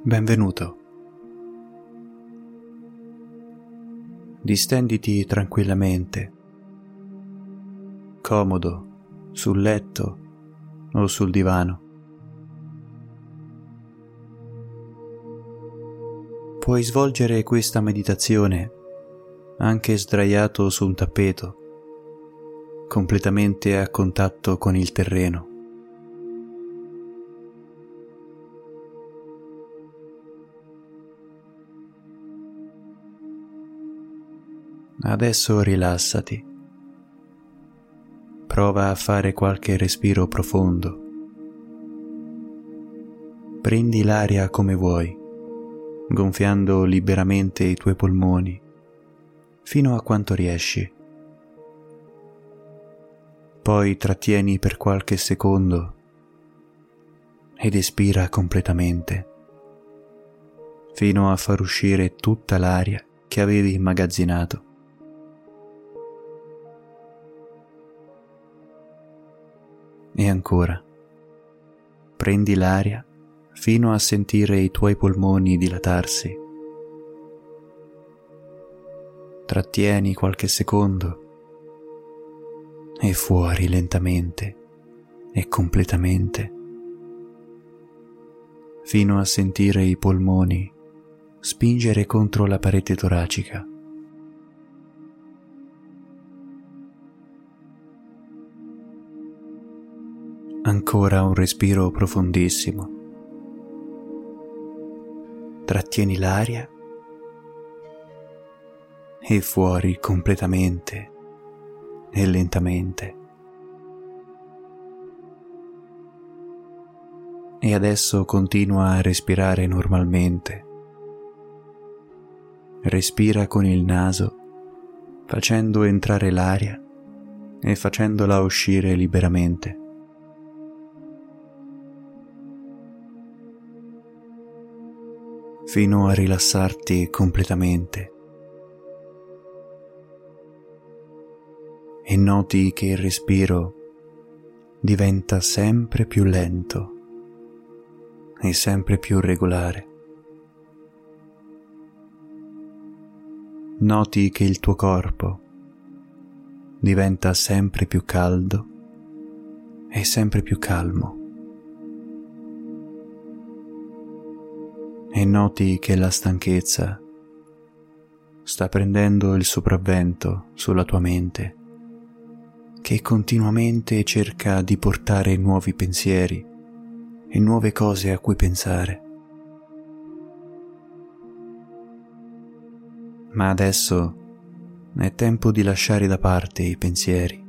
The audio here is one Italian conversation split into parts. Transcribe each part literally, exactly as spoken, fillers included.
Benvenuto. Distenditi tranquillamente, comodo, sul letto o sul divano. Puoi svolgere questa meditazione anche sdraiato su un tappeto, completamente a contatto con il terreno. Adesso rilassati. Prova a fare qualche respiro profondo. Prendi l'aria come vuoi, gonfiando liberamente i tuoi polmoni fino a quanto riesci. Poi trattieni per qualche secondo ed espira completamente, fino a far uscire tutta l'aria che avevi immagazzinato. E ancora, prendi l'aria fino a sentire i tuoi polmoni dilatarsi. Trattieni qualche secondo e fuori lentamente e completamente, fino a sentire i polmoni spingere contro la parete toracica. Ancora un respiro profondissimo. Trattieni l'aria e fuori completamente e lentamente. E adesso continua a respirare normalmente. Respira con il naso, facendo entrare l'aria e facendola uscire liberamente. Fino a rilassarti completamente. E noti che il respiro diventa sempre più lento e sempre più regolare. Noti che il tuo corpo diventa sempre più caldo e sempre più calmo. E noti che la stanchezza sta prendendo il sopravvento sulla tua mente, che continuamente cerca di portare nuovi pensieri e nuove cose a cui pensare. Ma adesso è tempo di lasciare da parte i pensieri.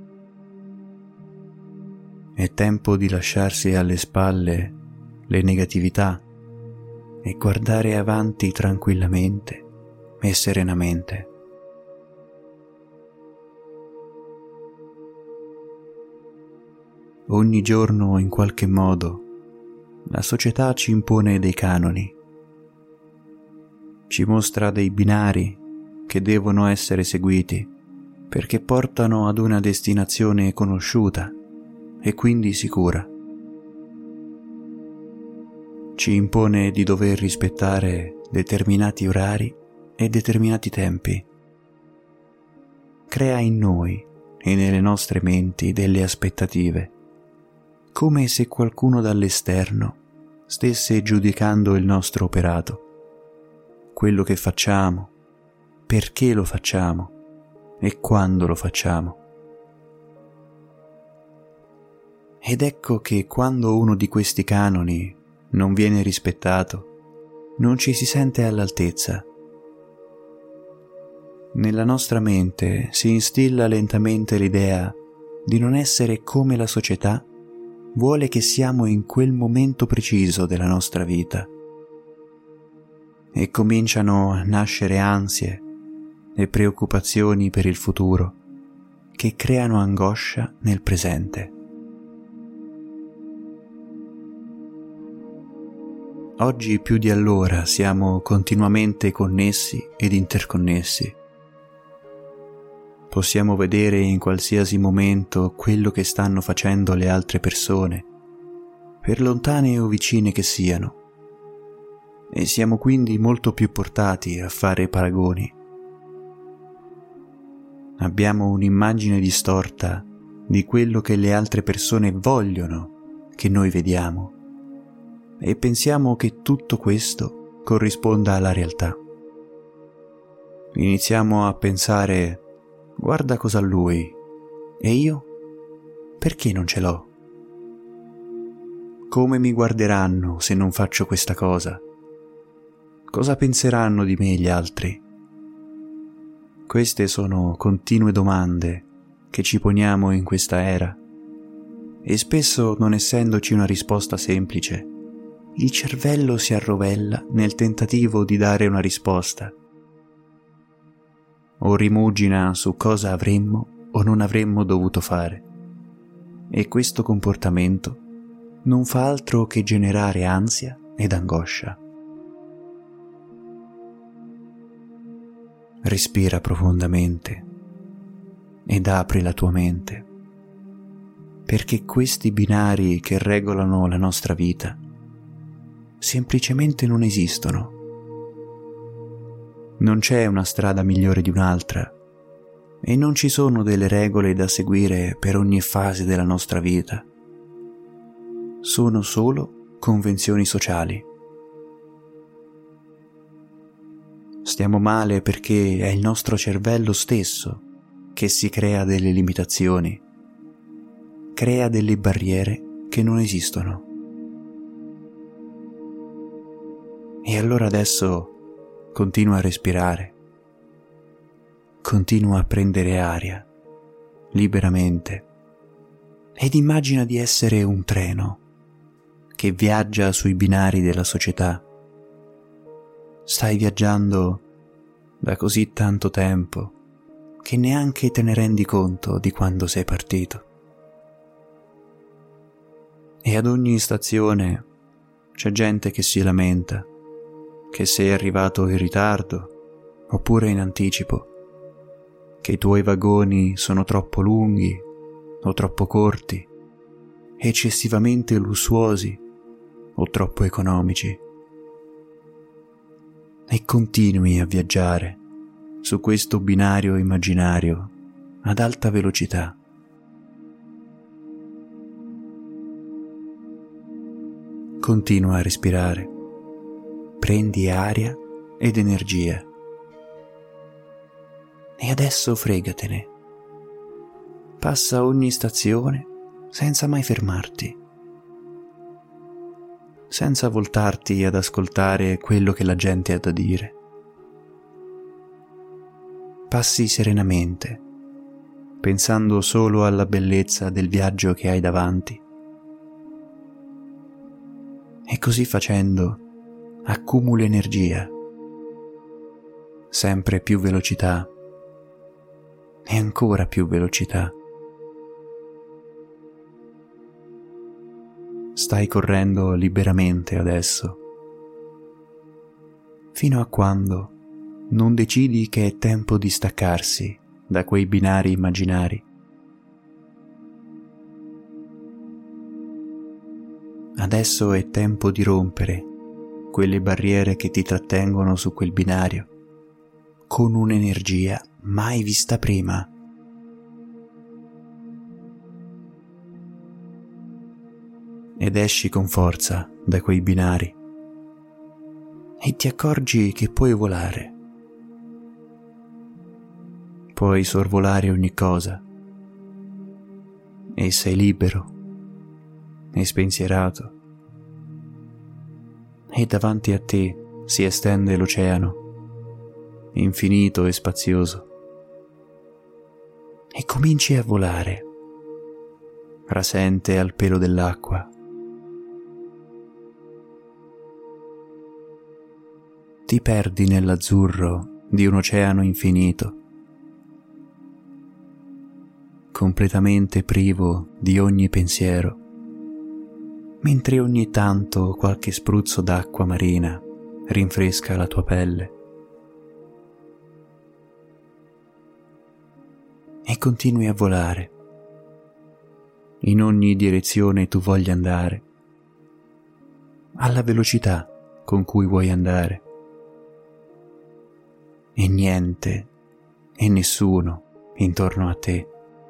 È tempo di lasciarsi alle spalle le negatività e guardare avanti tranquillamente e serenamente. Ogni giorno, in qualche modo, la società ci impone dei canoni, ci mostra dei binari che devono essere seguiti perché portano ad una destinazione conosciuta e quindi sicura. Ci impone di dover rispettare determinati orari e determinati tempi. Crea in noi e nelle nostre menti delle aspettative, come se qualcuno dall'esterno stesse giudicando il nostro operato, quello che facciamo, perché lo facciamo e quando lo facciamo. Ed ecco che quando uno di questi canoni non viene rispettato, non ci si sente all'altezza. Nella nostra mente si instilla lentamente l'idea di non essere come la società vuole che siamo in quel momento preciso della nostra vita. E cominciano a nascere ansie e preoccupazioni per il futuro che creano angoscia nel presente. Oggi più di allora siamo continuamente connessi ed interconnessi. Possiamo vedere in qualsiasi momento quello che stanno facendo le altre persone, per lontane o vicine che siano, e siamo quindi molto più portati a fare paragoni. Abbiamo un'immagine distorta di quello che le altre persone vogliono che noi vediamo e pensiamo che tutto questo corrisponda alla realtà. Iniziamo a pensare: guarda cosa ha lui, e io? Perché non ce l'ho? Come mi guarderanno se non faccio questa cosa? Cosa penseranno di me gli altri? Queste sono continue domande che ci poniamo in questa era, e spesso, non essendoci una risposta semplice, il cervello si arrovella nel tentativo di dare una risposta, o rimugina su cosa avremmo o non avremmo dovuto fare, e questo comportamento non fa altro che generare ansia ed angoscia. Respira profondamente ed apri la tua mente, perché questi binari che regolano la nostra vita semplicemente non esistono. Non c'è una strada migliore di un'altra e non ci sono delle regole da seguire per ogni fase della nostra vita. Sono solo convenzioni sociali. Stiamo male perché è il nostro cervello stesso che si crea delle limitazioni, crea delle barriere che non esistono. E allora adesso continua a respirare, continua a prendere aria liberamente ed immagina di essere un treno che viaggia sui binari della società. Stai viaggiando da così tanto tempo che neanche te ne rendi conto di quando sei partito. E ad ogni stazione c'è gente che si lamenta che sei arrivato in ritardo oppure in anticipo, che i tuoi vagoni sono troppo lunghi o troppo corti, eccessivamente lussuosi o troppo economici. E continui a viaggiare su questo binario immaginario ad alta velocità. Continua a respirare, prendi aria ed energia. E adesso fregatene. Passa ogni stazione senza mai fermarti, senza voltarti ad ascoltare quello che la gente ha da dire. Passi serenamente, pensando solo alla bellezza del viaggio che hai davanti. E così facendo accumuli energia, sempre più velocità e ancora più velocità. Stai correndo liberamente adesso, fino a quando non decidi che è tempo di staccarsi da quei binari immaginari. Adesso è tempo di rompere quelle barriere che ti trattengono su quel binario con un'energia mai vista prima. Ed esci con forza da quei binari e ti accorgi che puoi volare. Puoi sorvolare ogni cosa e sei libero e spensierato. E davanti a te si estende l'oceano, infinito e spazioso. E cominci a volare, rasente al pelo dell'acqua. Ti perdi nell'azzurro di un oceano infinito, completamente privo di ogni pensiero, mentre ogni tanto qualche spruzzo d'acqua marina rinfresca la tua pelle. E continui a volare, in ogni direzione tu voglia andare, alla velocità con cui vuoi andare. E niente e nessuno intorno a te.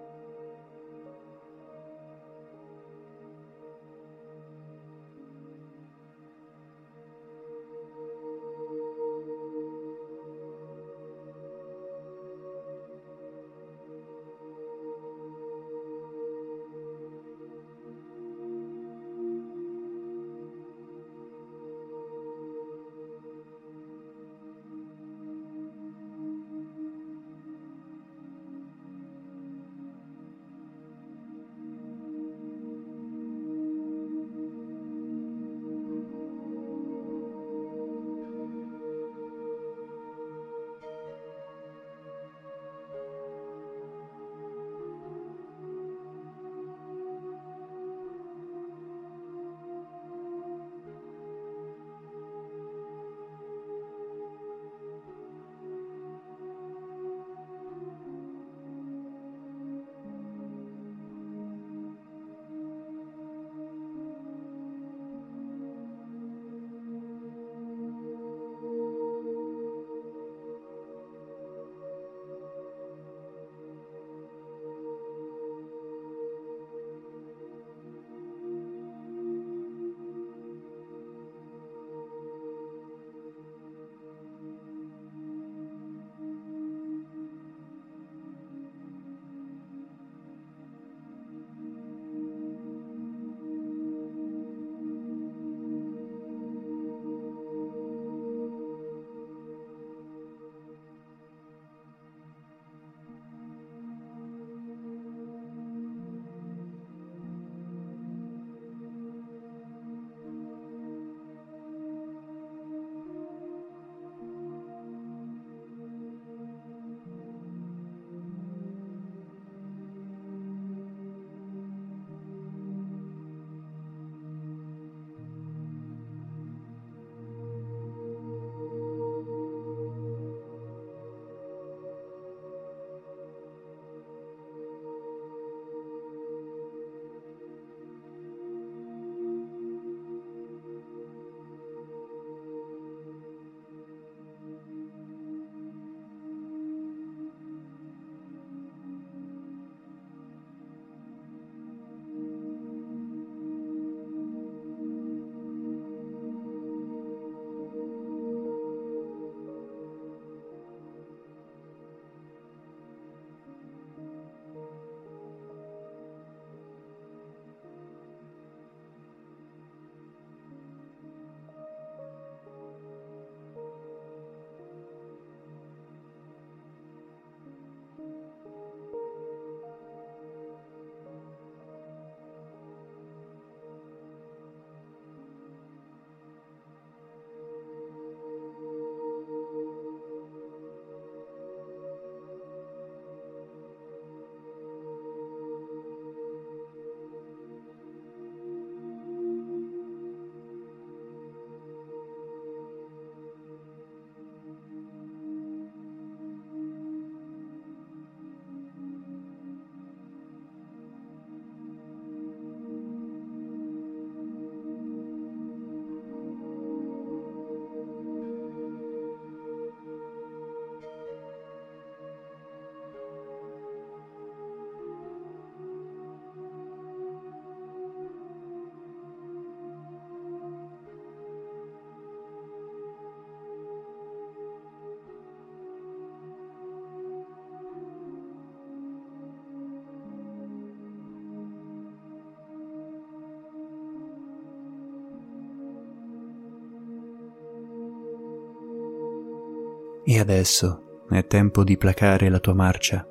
E adesso è tempo di placare la tua marcia.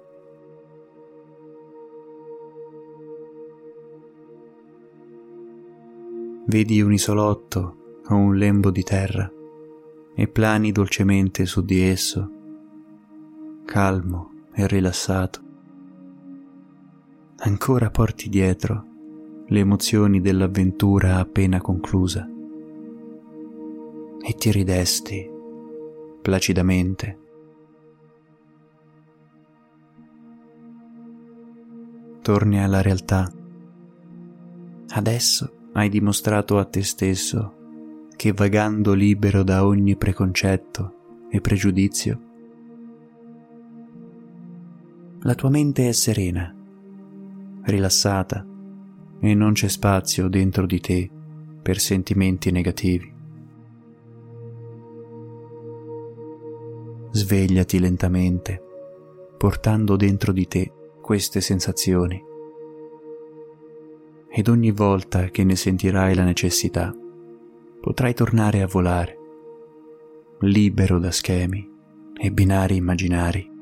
Vedi un isolotto o un lembo di terra e plani dolcemente su di esso, calmo e rilassato. Ancora porti dietro le emozioni dell'avventura appena conclusa e ti ridesti placidamente. Torni alla realtà. Adesso hai dimostrato a te stesso che vagando libero da ogni preconcetto e pregiudizio, la tua mente è serena, rilassata e non c'è spazio dentro di te per sentimenti negativi. Svegliati lentamente, portando dentro di te queste sensazioni, ed ogni volta che ne sentirai la necessità, potrai tornare a volare, libero da schemi e binari immaginari.